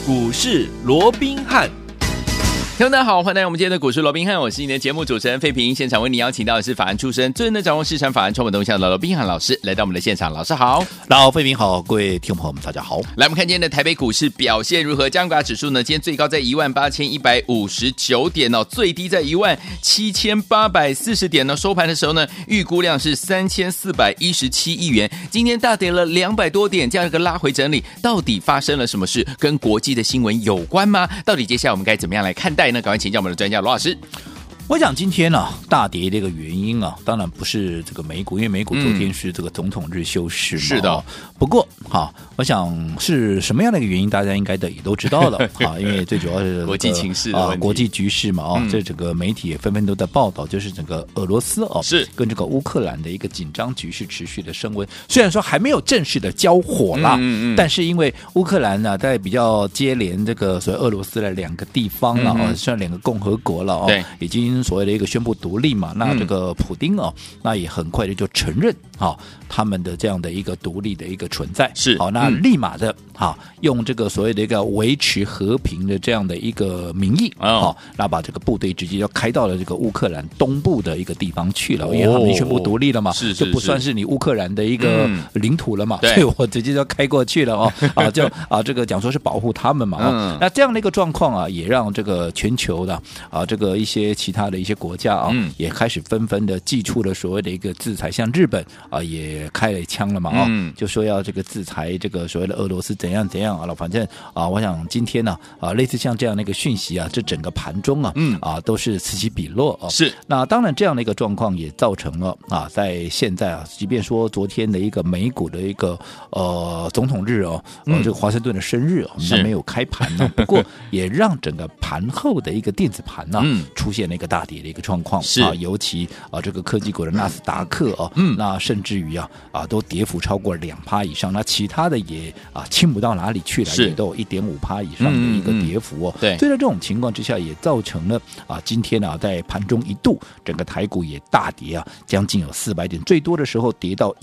股市罗宾汉。听众大家好，欢迎来到我们今天的股市罗宾汉，我是你的节目主持人费平。现场为你邀请到的是法案出身、最能掌握市场法案创本动向的罗宾汉老师，来到我们的现场。老师好。 老费平好，各位听众朋友们大家好。 来，我们看今天的台北股市表现如何？加权指数呢，今天最高在18159点哦，最低在17840点呢。收盘的时候呢，预估量是3417亿元。今天大跌了200多点，这样一个拉回整理，到底发生了什么事？跟国际的新闻有关吗？到底接下来我们该怎么样来看待呢？赶快请教我们的专家罗老师。 我想今天大跌的一个原因当然不是这个美股，因为美股昨天是这个总统日休市嘛。 是的。 不过我想是什么样的一个原因，大家应该也都知道了因为最主要是、 国际情势的问题， 国际局势嘛这整个媒体也纷纷都在报道，就是整个俄罗斯是跟这个乌克兰的一个紧张局势持续的升温。虽然说还没有正式的交火啦，但是因为乌克兰呢在比较接连这个所谓俄罗斯的2个地方了算2个共和国了对， 已经所谓的一个宣布独立嘛，那这个普丁那也很快的就承认他们的这样的一个独立的一个存在， 是那立马的用这个所谓的一个维持和平的这样的一个名义那把这个部队直接就开到了这个乌克兰东部的一个地方去了，因为他们宣布独立了嘛，就不算是你乌克兰的一个领土了嘛，所以我直接就开过去了就这个讲说是保护他们嘛那这样的一个状况也让这个全球的这个一些其他的一些国家也开始纷纷的祭出了所谓的一个制裁，像日本也开了枪了嘛就说要这个制裁这个所谓的俄罗斯怎样怎样反正我想今天类似像这样的一个讯息这整个盘中都是此起彼落是。 那当然这样的一个状况也造成了在现在即便说昨天的一个美股的一个总统日这个华盛顿的生日那没有开盘不过也让整个盘后的一个电子盘出现了一个大跌的一个状况是尤其这个科技股的纳斯达克那甚至于都跌幅超过2%以上，那其他的也轻不到哪里去了，也都有1.5%以上的一个跌幅对， 所以在这种情况之下，也造成了今天在盘中一度整个台股也大跌将近有400点，最多的时候跌到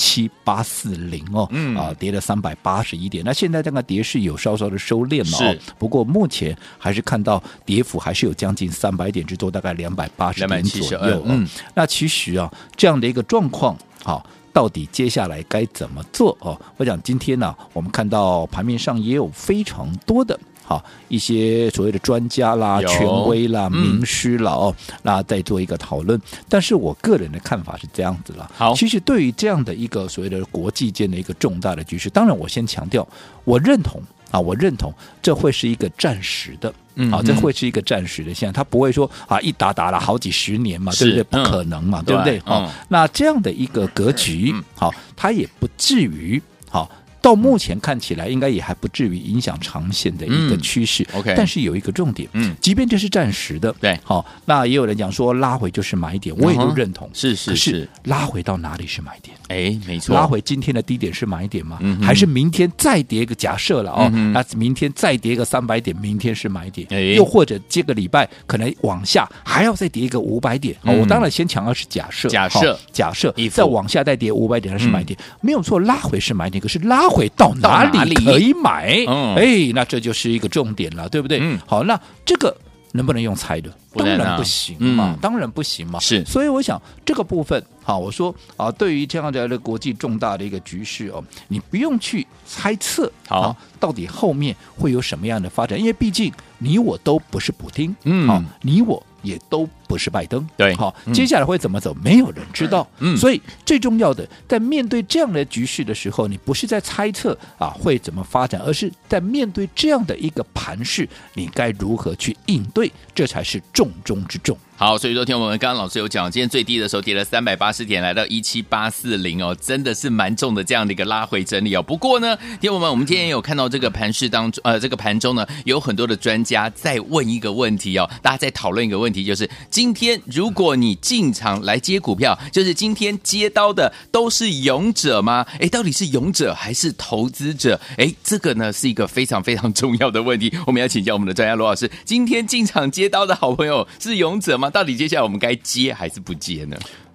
17840跌了381点。那现在这个跌势有稍稍的收敛嘛不过目前还是看到跌幅还是有将近300点之多，大概280点左右那其实这样的一个状况到底接下来该怎么做我想今天我们看到盘面上也有非常多的一些所谓的专家啦、权威啦、名师啦那再做一个讨论。但是我个人的看法是这样子啦。 好， 其实对于这样的一个所谓的国际间的一个重大的局势，当然我先强调，我认同这会是一个暂时的。这会是一个暂时的现象，它不会说一打了好几十年嘛，对不对？不可能嘛，对不对？那这样的一个格局，它也不至于到目前看起来应该也还不至于影响长线的一个趋势。 OK， 但是有一个重点，即便这是暂时的， 对， 那也有人讲说拉回就是买点，我也都认同。 是， 可是拉回到哪里是买点？ 没错， 拉回今天的低点是买点吗？还是明天再跌一个假设了那明天再跌一个300点，明天是买点？又或者这个礼拜可能往下还要再跌一个500点我当然先强调是假设，假设再往下再跌500点还是买点？没有错，拉回是买点，可是拉回到哪里可以买？那这就是一个重点了，对不对？好，那这个能不能用猜的？当然不行嘛，当然不行嘛。 是， 所以我想这个部分，我说对于这样的国际重大的一个局势你不用去猜测到底后面会有什么样的发展，因为毕竟你我都不是普丁，你我也都不是拜登， 对， 接下来会怎么走，没有人知道。所以最重要的，在面对这样的局势的时候，你不是在猜测会怎么发展，而是在面对这样的一个盘势，你该如何去应对，这才是重中之重。 好，所以说听我们刚刚老师有讲，今天最低的时候跌了380点，来到17840真的是蛮重的这样的一个拉回整理不过呢，听我们今天也有看到这个盘势当中，这个盘中呢有很多的专家在问一个问题大家在讨论一个问题，就是今天如果你进场来接股票，就是今天接到的都是勇者吗？到底是勇者还是投资者？这个呢是一个非常非常重要的问题，我们要请教我们的专家罗老师，今天进场接到的好朋友是勇者吗？到底接下来我们该接还是不接呢？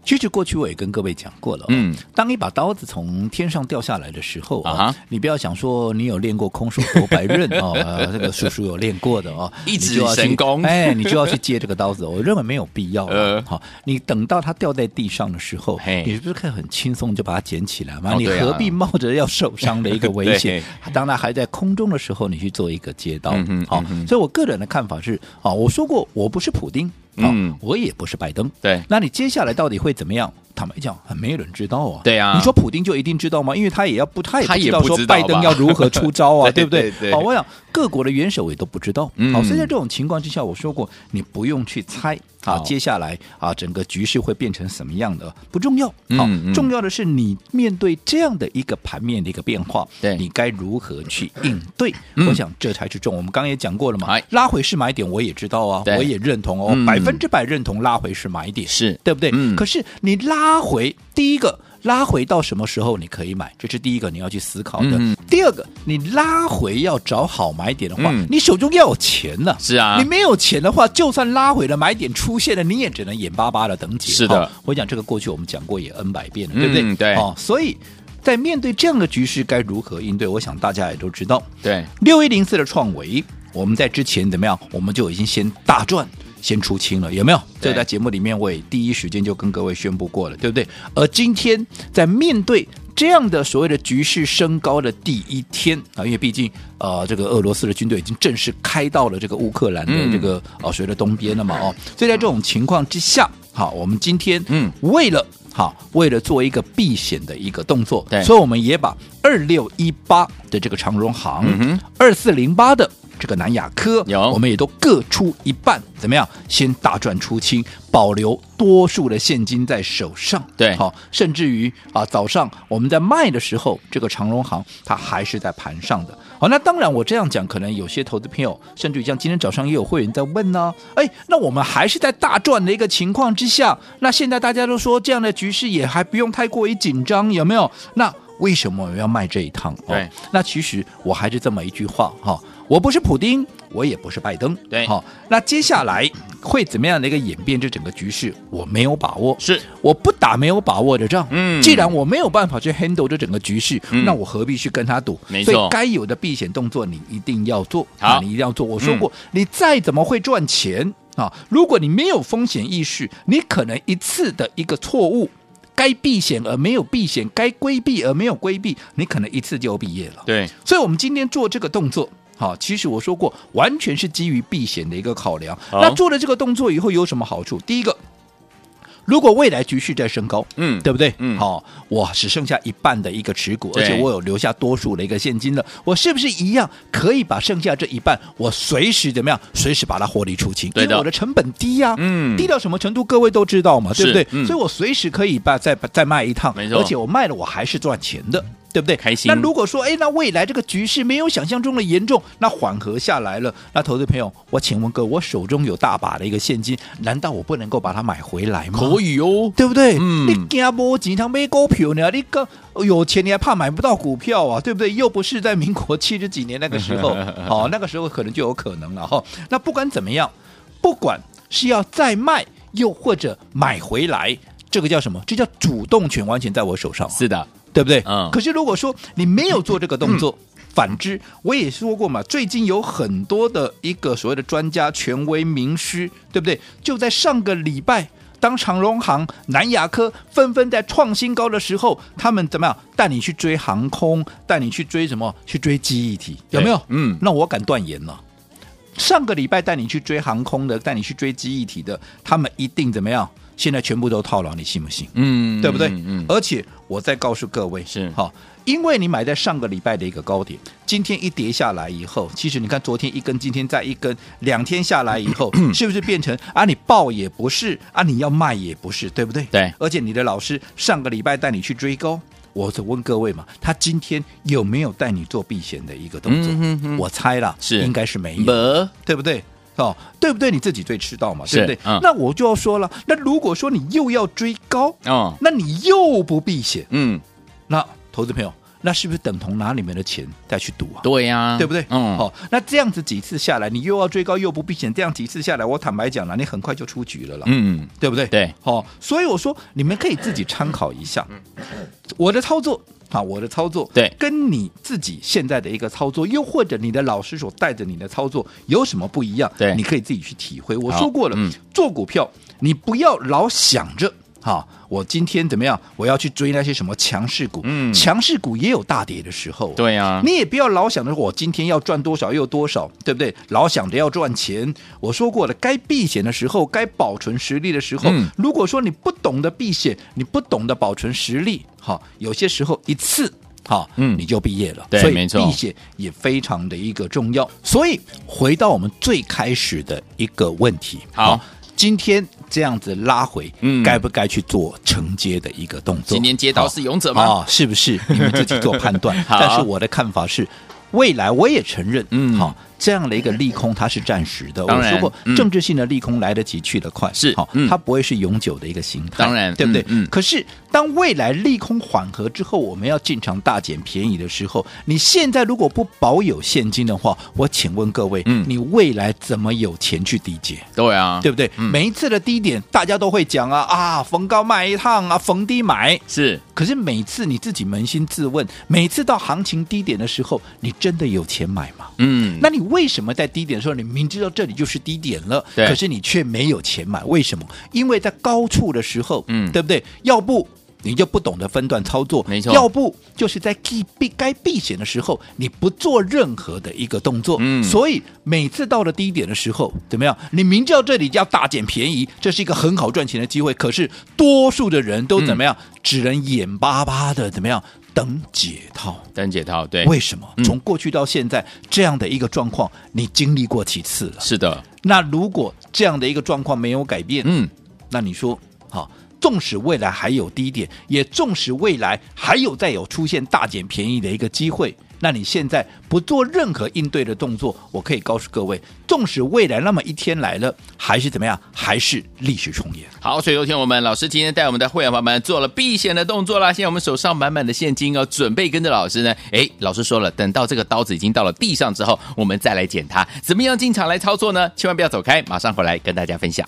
其实过去我也跟各位讲过了，当一把刀子从天上掉下来的时候你不要想说你有练过空手夺白刃这个叔叔有练过的一指神功， 你就要去接这个刀子，我认为没有必要你等到它掉在地上的时候，你是不是可以很轻松就把它捡起来嘛？你何必冒着要受伤的一个危险？当它还在空中的时候，你去做一个接刀，所以我个人的看法是我说过，我不是普丁。我也不是拜登， 对， 那你接下来到底会怎么样？坦白讲，没有人知道啊。 对啊， 你说普丁就一定知道吗？因为他也不知道说拜登要如何出招啊，对不对？我想各国的元首也都不知道。所以在这种情况之下，我说过，你不用去猜接下来整个局势会变成什么样的，不重要。重要的是你面对这样的一个盘面的一个变化，你该如何去应对？我想这才是重。我们刚刚也讲过了嘛，拉回是买点，我也知道啊，我也认同100%认同拉回是买点， 是对不对？可是你拉回，第一个拉回到什么时候你可以买，这是第一个你要去思考的。第二个，你拉回要找好买点的话，你手中要有钱呢。 是啊， 你没有钱的话，就算拉回了买点出现了，你也只能眼巴巴的等解。 是的， 我讲这个过去我们讲过也 N 百遍了，对不对？ 对。 所以在面对这样的局势该如何应对，我想大家也都知道。 对 ，6104的创维，我们在之前怎么样，我们就已经先大赚。先出清了，有没有？这在节目里面我也第一时间就跟各位宣布过了，对不对？而今天在面对这样的所谓的局势升高的第一天因为毕竟这个俄罗斯的军队已经正式开到了这个乌克兰的这个所谓的东边了嘛所以在这种情况之下，我们今天为了做一个避险的一个动作，所以我们也把2618的这个长荣航2408的这个南亚科，我们也都各出一半，怎么样？先大赚出清，保留多数的现金在手上。 对， 甚至于早上我们在卖的时候，这个长荣航它还是在盘上的。那当然我这样讲，可能有些投资朋友，甚至于像今天早上也有会员在问呢，那我们还是在大赚的一个情况之下，那现在大家都说这样的局势也还不用太过于紧张，有没有？那为什么我要卖这一趟？ 对， 那其实我还是这么一句话我不是普丁，我也不是拜登， 对， 那接下来会怎么样的一个演变？这整个局势我没有把握， 是我不打没有把握的仗。既然我没有办法去 handle 这整个局势，那我何必去跟他赌？ 没错， 所以该有的避险动作你一定要做，你一定要做。我说过，你再怎么会赚钱如果你没有风险意识，你可能一次的一个错误。该避险而没有避险，该规避而没有规避，你可能一次就毕业了。 对， 所以我们今天做这个动作，其实我说过，完全是基于避险的一个考量。那做了这个动作以后有什么好处？第一个，如果未来局势在升高，对不对？我只剩下一半的一个持股，而且我有留下多数的一个现金了，我是不是一样可以把剩下这一半，我随时怎么样？随时把它获利出清，因为我的成本低啊，低到什么程度？各位都知道嘛，对不对？所以我随时可以再卖一趟，而且我卖了我还是赚钱的。对不对？ 开心。 那如果说，那未来这个局势没有想象中的严重，那缓和下来了，那投资朋友，我请问哥，我手中有大把的一个现金，难道我不能够把它买回来吗？ 可以哦， 对不对？你惊没钱通买股票呢？你有钱你还怕买不到股票啊？对不对？又不是在民国70几年那个时候，那个时候可能就有可能了那不管怎么样，不管是要再卖，又或者买回来，这个叫什么？这叫主动权完全在我手上。 是的。 对不对？可是如果说你没有做这个动作，反之，我也说过嘛，最近有很多的一个所谓的专家、权威、名师，对不对？就在上个礼拜，当长荣航、南亚科纷纷在创新高的时候，他们怎么样带你去追航空，带你去追什么？去追记忆体，有没有？那我敢断言了。上个礼拜带你去追航空的，带你去追记忆体的，他们一定怎么样？现在全部都套牢，你信不信？对不对？而且我再告诉各位， 是因为你买在上个礼拜的一个高点，今天一跌下来以后，其实你看昨天一根，今天再一根，2天下来以后，是不是变成你报也不是你要卖也不是，对不对？ 对。而且你的老师上个礼拜带你去追高，我就问各位嘛，他今天有没有带你做避险的一个动作？我猜啦，应该是没有，对不对？对不对？你自己最知道嘛，对不对？那我就要说了，那如果说你又要追高，那你又不避险，那投资朋友， 那是不是等同拿你们的钱再去赌啊？ 对呀， 对不对？那这样子几次下来，你又要追高又不避险，这样几次下来，我坦白讲了，你很快就出局了啦，对不对？ 对， 所以我说你们可以自己参考一下我的操作。我的操作对， 跟你自己现在的一个操作，又或者你的老师所带着你的操作有什么不一样？ 对， 你可以自己去体会。我说过了，做股票你不要老想着我今天怎么样？我要去追那些什么强势股，强势股也有大跌的时候。 对啊， 你也不要老想着我今天要赚多少又多少，对不对？老想着要赚钱。我说过了，该避险的时候，该保存实力的时候，如果说你不懂得避险，你不懂得保存实力，有些时候一次。你就毕业了， 对， 所以没错， 避险也非常的一个重要。所以回到我们最开始的一个问题， 好， 今天这样子拉回，该不该去做承接的一个动作？ 今天接刀是勇者吗？ 是不是？你们自己做判断。但是我的看法是，未来我也承认，这样的一个利空它是暂时的。我说过，政治性的利空来得及去得快， 是它不会是永久的一个形态， 当然， 对不对？可是当未来利空缓和之后，我们要进场大捡便宜的时候，你现在如果不保有现金的话，我请问各位，你未来怎么有钱去低接？ 对啊， 对不对？每一次的低点，大家都会讲逢高卖一趟啊，逢低买是。 可是每次你自己扪心自问，每次到行情低点的时候，你真的有钱买吗？那你为什么在低点的时候，你明知道这里就是低点了，可是你却没有钱买？为什么？因为在高处的时候，对不对？要不你就不懂得分段操作， 没错， 要不就是在该避险的时候，你不做任何的一个动作，所以每次到了低点的时候，怎么样？你明知道这里要大捡便宜，这是一个很好赚钱的机会，可是多数的人都怎么样？只能眼巴巴的怎么样？等解套， 对， 为什么？从过去到现在这样的一个状况，你经历过几次了？ 是的。 那如果这样的一个状况没有改变，那你说纵使未来还有低点，也纵使未来还有再有出现大捡便宜的一个机会，那你现在不做任何应对的动作，我可以告诉各位，纵使未来那么一天来了，还是怎么样？还是历史重演。 好，所以昨天我们老师今天带我们的会员朋友们做了避险的动作啦。现在我们手上满满的现金准备跟着老师呢。老师说了，等到这个刀子已经到了地上之后，我们再来捡它。怎么样进场来操作呢？千万不要走开，马上回来跟大家分享。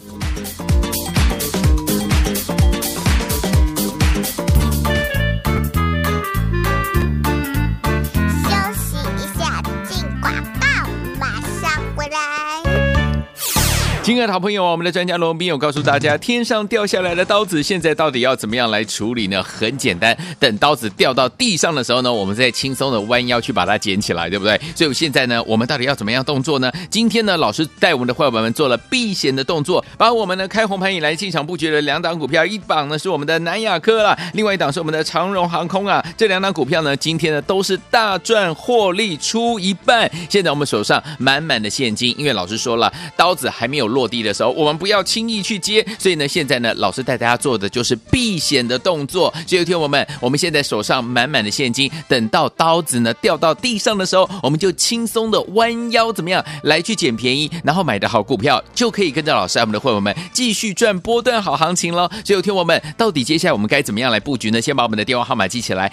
亲爱的好朋友，我们的专家罗文彬有告诉大家，天上掉下来的刀子现在到底要怎么样来处理呢？很简单，等刀子掉到地上的时候呢，我们再轻松的弯腰去把它捡起来，对不对？所以现在呢，我们到底要怎么样动作呢？今天呢，老师带我们的伙伴们做了避险的动作，把我们呢开红盘以来进场布局的2档股票，一档呢是我们的南亚科啦，另外一档是我们的长荣航空啊。这2档股票呢，今天呢都是大赚获利出一半。现在我们手上满满的现金，因为老师说了，刀子还没有落地的时候，我们不要轻易去接，所以呢，现在呢，老师带大家做的就是避险的动作。所以有听我们现在手上满满的现金，等到刀子呢掉到地上的时候，我们就轻松的弯腰怎么样来去捡便宜，然后买的好股票，就可以跟着老师我们的会员们继续赚波段好行情了。所以有听我们到底接下来我们该怎么样来布局呢？先把我们的电话号码记起来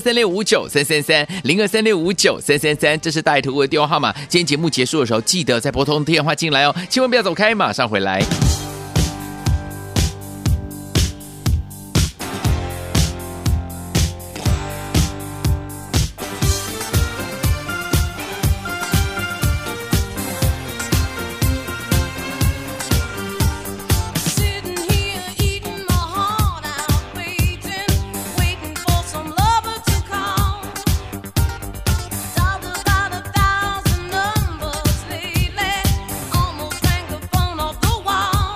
，0236593330，0236593333，这是大爱投顾的电话号码。今天节目结束的时候，记得再拨通电话进来哦，千万不要走开，马上回来。 Wall.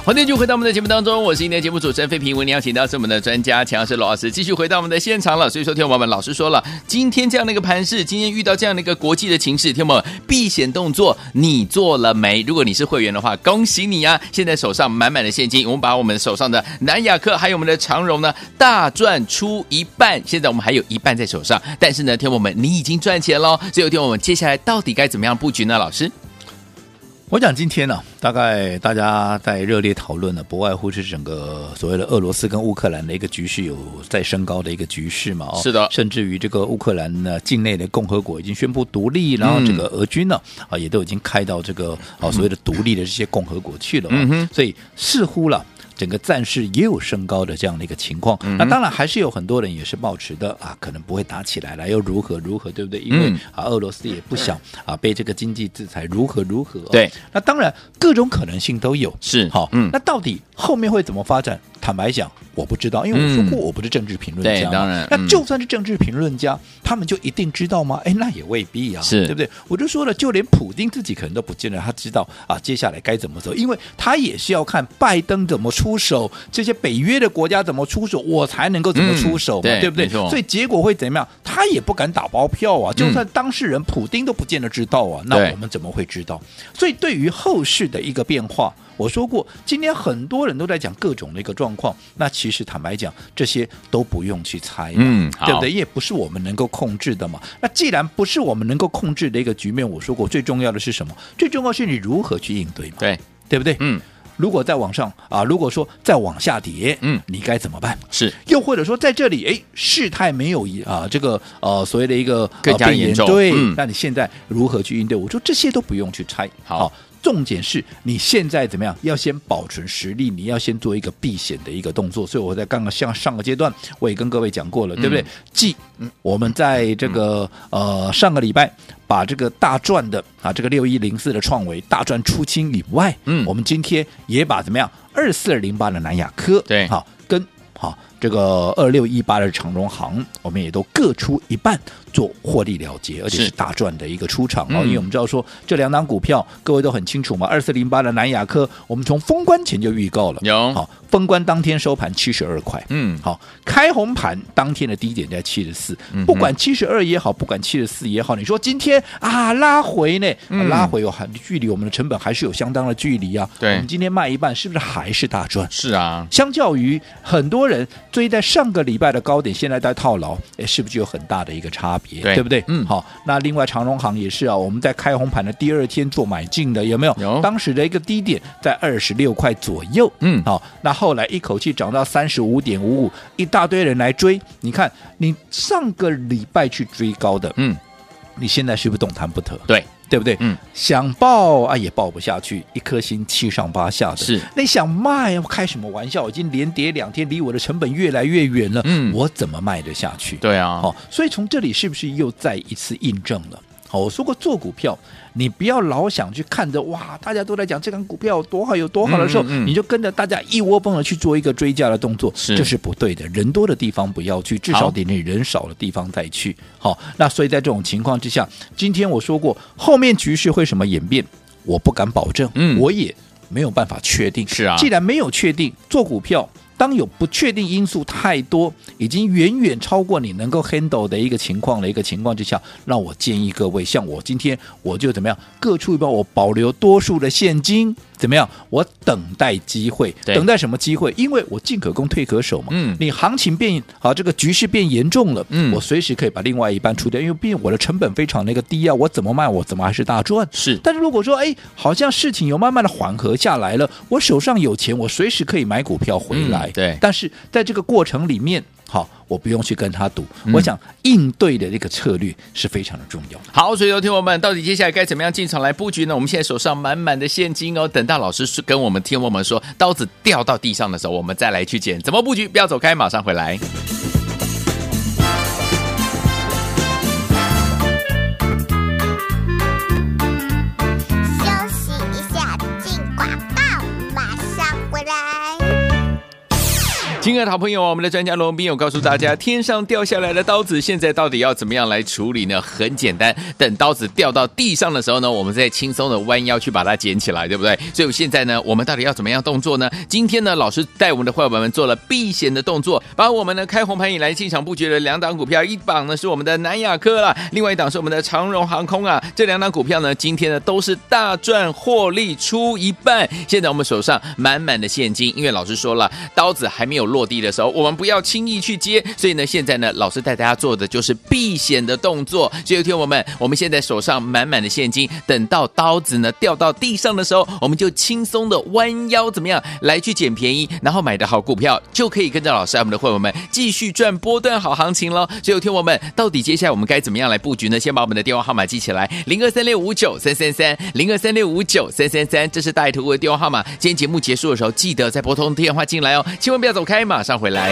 欢迎继续回到我们的节目当中，我是今天的节目主持人费平。为您邀请到是我们的专家强老师罗老师，继续回到我们的现场了。所以说，听我们老师说了，今天这样的一个盘势，今天遇到这样的一个国际的情势，听我们避险动作你做了没？如果你是会员的话，恭喜你啊！现在手上满满的现金，我们把我们手上的南亚科还有我们的长荣呢，大赚出一半。现在我们还有一半在手上，但是呢，听我们你已经赚钱了。所以听我们接下来到底该怎么样布局呢？老师？ 我讲今天呢，大概大家在热烈讨论的，不外乎是整个所谓的俄罗斯跟乌克兰的一个局势有在升高的一个局势嘛， 是的， 甚至于这个乌克兰呢境内的共和国已经宣布独立，然后这个俄军呢也都已经开到这个所谓的独立的这些共和国去了，所以似乎了。整个战事也有升高的这样的一个情况，那当然还是有很多人也是抱持的可能不会打起来了，又如何，对不对？因为俄罗斯也不想被这个经济制裁如何， 对， 那当然各种可能性都有， 是好，那到底后面会怎么发展？坦白讲，我不知道，因为我说过我不是政治评论家， 对，当然， 那就算是政治评论家，他们就一定知道吗？那也未必啊， 是对不对？我就说了，就连普丁自己可能都不见得他知道接下来该怎么走，因为他也是要看拜登怎么出手，这些北约的国家怎么出手，我才能够怎么出手嘛，对不对？所以结果会怎么样？他也不敢打包票啊，就算当事人普丁都不见得知道啊，那我们怎么会知道？所以对于后市的一个变化。我说过，今天很多人都在讲各种的一个状况，那其实坦白讲，这些都不用去猜，对不对？也不是我们能够控制的嘛。那既然不是我们能够控制的一个局面，我说过，最重要的是什么？最重要是你如何去应对嘛，对不对？如果再往上如果说再往下跌，你该怎么办？ 是， 又或者说在这里，事态没有这个所谓的一个更加严重， 对，那你现在如何去应对？我说这些都不用去猜，好。重点是你现在怎么样？要先保存实力，你要先做一个避险的一个动作。所以我在刚刚像上个阶段，我也跟各位讲过了，对不对？继我们在这个上个礼拜把这个大赚的这个6104的创维大赚出清以外，我们今天也把怎么样2408的南亚科， 对， 好跟这个2618的长荣航，我们也都各出一半做获利了结，而且是大赚的一个出场因为我们知道说这两档股票各位都很清楚嘛，2408的南亚科，我们从封关前就预告了，好，封关当天收盘72块，好，开红盘当天的低点在74，不管72也好，不管74也好，你说今天拉回呢，拉回距离我们的成本还是有相当的距离啊， 对， 我们今天卖一半，是不是还是大赚？ 是啊， 相较于很多人追在上个礼拜的高点，现在在套牢，是不是有很大的一个差别？对不对？好，那另外长荣航也是我们在开红盘的第二天做买进的，有没有？ 有， 当时的一个低点在26块左右，好，那后来一口气涨到35.55，一大堆人来追，你看你上个礼拜去追高的，你现在是不是动弹不得？对不对？想抱也抱不下去，一颗心七上八下的。 是， 你想卖，开什么玩笑？已经连跌2天，离我的成本越来越远了，我怎么卖得下去？ 对啊， 所以从这里是不是又再一次印证了？我说过做股票，你不要老想去看着大家都在讲这张股票有多好有多好的时候，你就跟着大家一窝蜂的去做一个追加的动作，这是不对的。人多的地方不要去，至少得你人少的地方再去。好，那所以在这种情况之下，今天我说过后面局势会什么演变，我不敢保证，我也没有办法确定。 是啊， 既然没有确定，做股票当有不确定因素太多，已经远远超过你能够 handle 的一个情况之下，让我建议各位，像我今天我就怎么样，各出一半，我保留多数的现金，怎么样？我等待机会，等待什么机会？因为我进可攻退可守嘛。你行情变这个局势变严重了，我随时可以把另外一半出掉，因为毕竟我的成本非常那个低啊，我怎么卖我怎么还是大赚。 是， 但是如果说好像事情有慢慢的缓和下来了，我手上有钱，我随时可以买股票回来。 对， 但是在这个过程里面，好，我不用去跟他赌，我想应对的这个策略是非常的重要。 好，所以有听友们，到底接下来该怎么样进场来布局呢？我们现在手上满满的现金等到老师跟我们听友们说刀子掉到地上的时候，我们再来去捡怎么布局，不要走开，马上回来。 亲爱的好朋友，我们的专家罗文彬有告诉大家，天上掉下来的刀子现在到底要怎么样来处理呢？很简单，等刀子掉到地上的时候呢，我们再轻松的弯腰去把它捡起来，对不对？所以现在呢，我们到底要怎么样动作呢？今天呢，老师带我们的会员们做了避险的动作，把我们呢开红盘以来进场布局的2档股票，一档呢是我们的南亚科啦，另外一档是我们的长荣航空啊，这2档股票呢，今天呢都是大赚获利出一半。现在我们手上满满的现金，因为老师说了，刀子还没有落地的时候，我们不要轻易去接，所以呢，现在呢，老师带大家做的就是避险的动作。所以听我们，我们现在手上满满的现金，等到刀子呢掉到地上的时候，我们就轻松的弯腰怎么样来去捡便宜，然后买的好股票，就可以跟着老师我们的会员们继续赚波段好行情咯。所以听我们，到底接下来我们该怎么样来布局呢？先把我们的电话号码记起来，0236593330，0236593333，这是大图的电话号码。今天节目结束的时候，记得再拨通电话进来哦，千万不要走开，马上回来。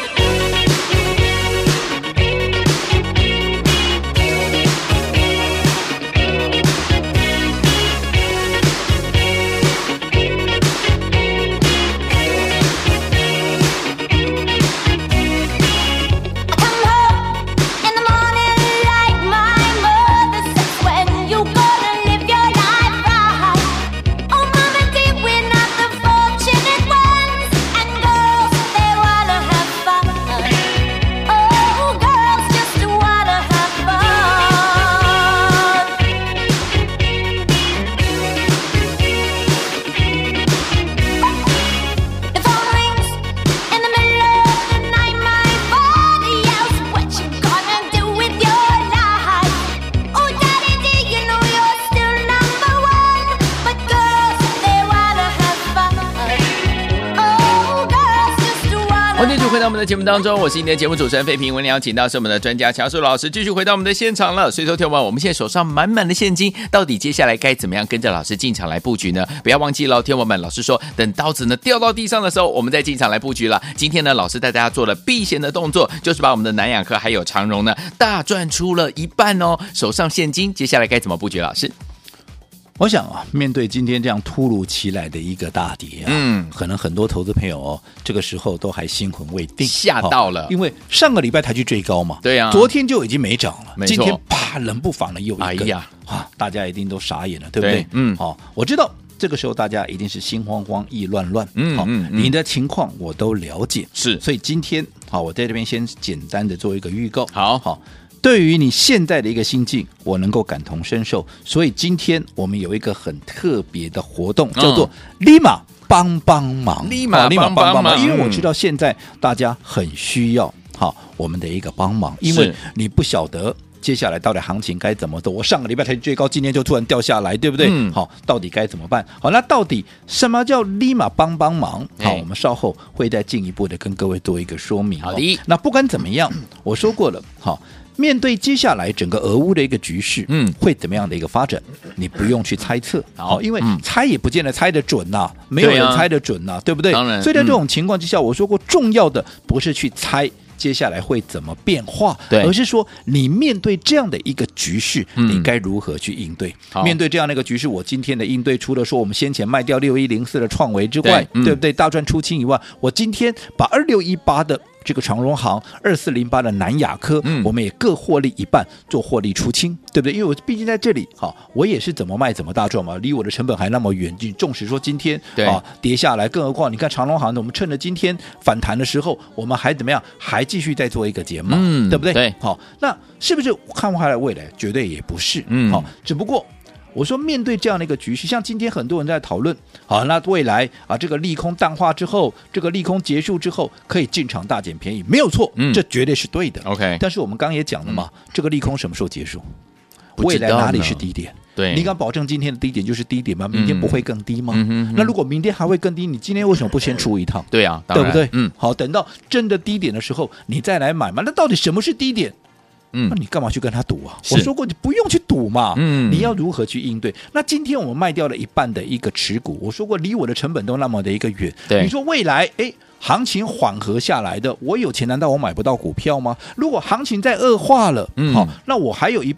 回到我们的节目当中，我是今天的节目主持人费平，为您邀请到是我们的专家乔树老师，继续回到我们的现场了。所以说，听我们现在手上满满的现金，到底接下来该怎么样跟着老师进场来布局呢？不要忘记了，听我们老师说，等刀子呢掉到地上的时候，我们再进场来布局了。今天呢，老师带大家做了避险的动作，就是把我们的南亚科还有长荣呢大赚出了一半哦，手上现金，接下来该怎么布局？老师？ 我想啊，面对今天这样突如其来的一个大跌啊，可能很多投资朋友哦，这个时候都还心魂未定， 吓到了， 因为上个礼拜才去追高嘛， 对啊， 昨天就已经没涨了， 没错， 今天啪冷不防的又一根， 哎呀， 大家一定都傻眼了，对不对？我知道这个时候大家一定是心慌慌、意乱乱，你的情况我都了解， 是， 所以今天我在这边先简单的做一个预告， 好。 对于你现在的一个心境，我能够感同身受，所以今天我们有一个很特别的活动，叫做立马帮帮忙， 立马帮忙， 因为我知道现在大家很需要我们的一个帮忙，因为你不晓得接下来到底行情该怎么走，我上个礼拜才最高，今天就突然掉下来，对不对？到底该怎么办？好，那到底什么叫立马帮帮忙？好，我们稍后会再进一步的跟各位做一个说明。 好的， 那不管怎么样，我说过了，面对接下来整个俄乌的一个局势，会怎么样的一个发展，你不用去猜测，因为猜也不见得猜得准呐，没有人猜得准呐，对不对？ 当然， 所以在这种情况之下，我说过，重要的不是去猜接下来会怎么变化，而是说你面对这样的一个局势，你该如何去应对？面对这样的一个局势，我今天的应对，除了说我们先前卖掉6104的创维之外，对不对？大赚出清以外，我今天把2618的这个长荣航2408的南亚科，我们也各获利一半，做获利出清，对不对？因为我毕竟在这里，我也是怎么卖怎么大赚嘛，离我的成本还那么远。纵使说今天跌下来，更何况你看长荣航，我们趁着今天反弹的时候，我们还怎么样？还继续再做一个减码，对不对？ 对， 好，那是不是看不开来未来？绝对也不是，只不过。我说，面对这样的一个局势，像今天很多人在讨论，好，那未来这个利空淡化之后，这个利空结束之后，可以进场大捡便宜，没有错，这绝对是对的。 OK， 但是我们刚刚也讲了嘛，这个利空什么时候结束？未来哪里是低点？ 对， 你敢保证今天的低点就是低点吗？明天不会更低吗？那如果明天还会更低，你今天为什么不先出一趟？ 对啊， 对不对？好，等到真的低点的时候，你再来买嘛。那到底什么是低点？那你干嘛去跟他赌啊？我说过，你不用去赌嘛。你要如何去应对？那今天我们卖掉了一半的一个持股，我说过，离我的成本都那么的一个远。你说未来，行情缓和下来的，我有钱难道我买不到股票吗？如果行情再恶化了，好，那我还有一半。对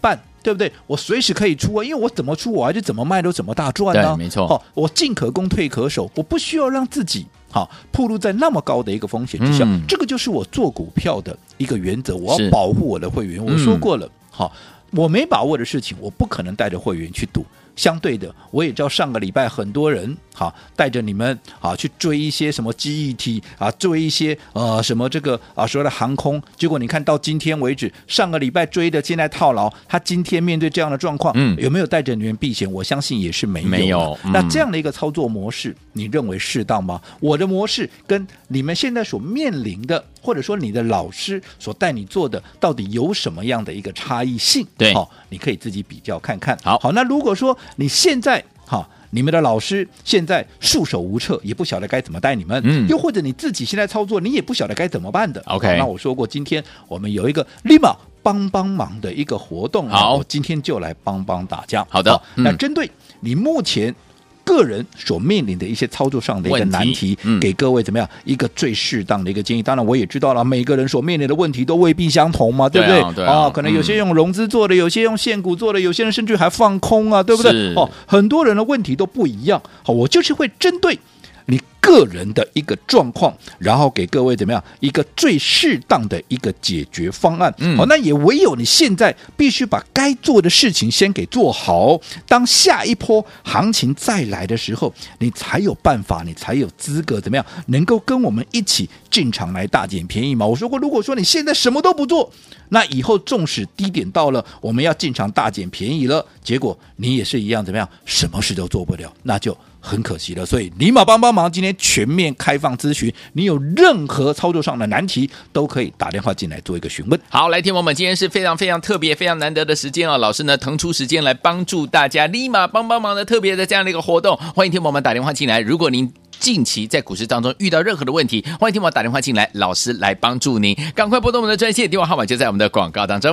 对不对？我随时可以出啊，因为我怎么出，我还是怎么卖都怎么大赚啊。 对，没错。 我进可攻，退可守，我不需要让自己暴露在那么高的一个风险之下。这个就是我做股票的一个原则，我要保护我的会员。我说过了，我没把握的事情，我不可能带着会员去赌。相对的，我也知道上个礼拜很多人带着你们去追一些什么记忆体追一些什么这个所谓的航空，结果你看到今天为止，上个礼拜追的现在套牢，他今天面对这样的状况，有没有带着你们避险？我相信也是没有。那这样的一个操作模式，你认为适当吗？我的模式跟你们现在所面临的，或者说你的老师所带你做的，到底有什么样的一个差异性？ 对， 你可以自己比较看看。 好， 那如果说你现在你们的老师现在束手无策，也不晓得该怎么带你们，又或者你自己现在操作，你也不晓得该怎么办的。 OK， 那我说过，今天我们有一个立马帮忙的一个活动，我今天就来帮大家。 好的， 那针对你目前个人所面临的一些操作上的一个难题，给各位怎么样一个最适当的一个建议。当然我也知道了，每个人所面临的问题都未必相同嘛，对不对？可能有些用融资做的，有些用现股做的，有些人甚至还放空啊，对不对？很多人的问题都不一样。我就是会针对你个人的一个状况，然后给各位怎么样一个最适当的一个解决方案。那也唯有你现在必须把该做的事情先给做好，当下一波行情再来的时候，你才有办法，你才有资格怎么样能够跟我们一起进场来大捡便宜嘛。我说过，如果说你现在什么都不做，那以后纵使低点到了，我们要进场大捡便宜了，结果你也是一样怎么样，什么事都做不了，那就很可惜了。所以立马帮忙，今天全面开放咨询，你有任何操作上的难题都可以打电话进来做一个询问。 好，来听我们今天是非常非常特别非常难得的时间老师呢腾出时间来帮助大家，立马帮忙的特别的这样的一个活动，欢迎听我们打电话进来。如果您近期在股市当中遇到任何的问题，欢迎听我打电话进来，老师来帮助您。赶快拨动我们的专线，电话号码就在我们的广告当中。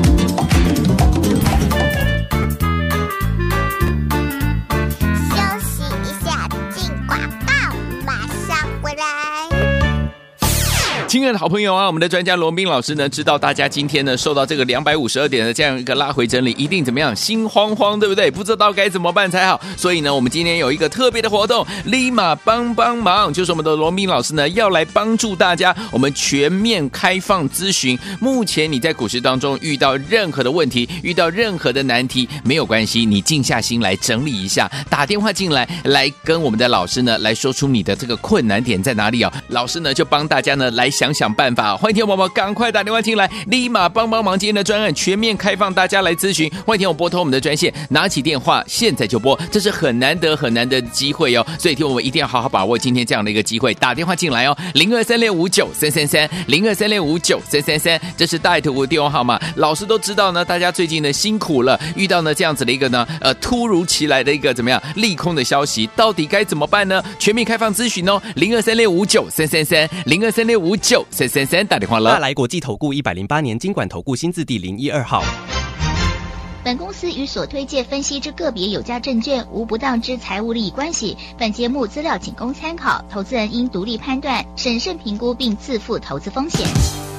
亲爱的好朋友我们的专家罗宾老师呢，知道大家今天呢受到这个252点的这样一个拉回整理，一定怎么样心慌慌，对不对？不知道该怎么办才好。所以呢，我们今天有一个特别的活动，立马帮忙，就是我们的罗宾老师呢要来帮助大家，我们全面开放咨询。目前你在股市当中遇到任何的问题，遇到任何的难题，没有关系，你静下心来整理一下，打电话进来，来跟我们的老师呢来说出你的这个困难点在哪里老师呢就帮大家呢来想办法。欢迎听众朋友赶快打电话进来，立马帮忙，今天的专案全面开放大家来咨询。欢迎听我拨通我们的专线，拿起电话现在就拨，这是很难得的机会所以听我们一定要好好把握今天这样的一个机会，打电话进来0236593333 0236593333，这是大图的电话号码。老师都知道呢，大家最近呢辛苦了，遇到呢这样子的一个呢突如其来的一个怎么样利空的消息，到底该怎么办呢？全面开放咨询0236593333 0236593333，打电话了。 大来国际投顾108年金管投顾新字第012号。 本公司与所推介分析之个别有价证券无不当之财务利益关系。本节目资料仅供参考，投资人应独立判断、审慎评估并自负投资风险。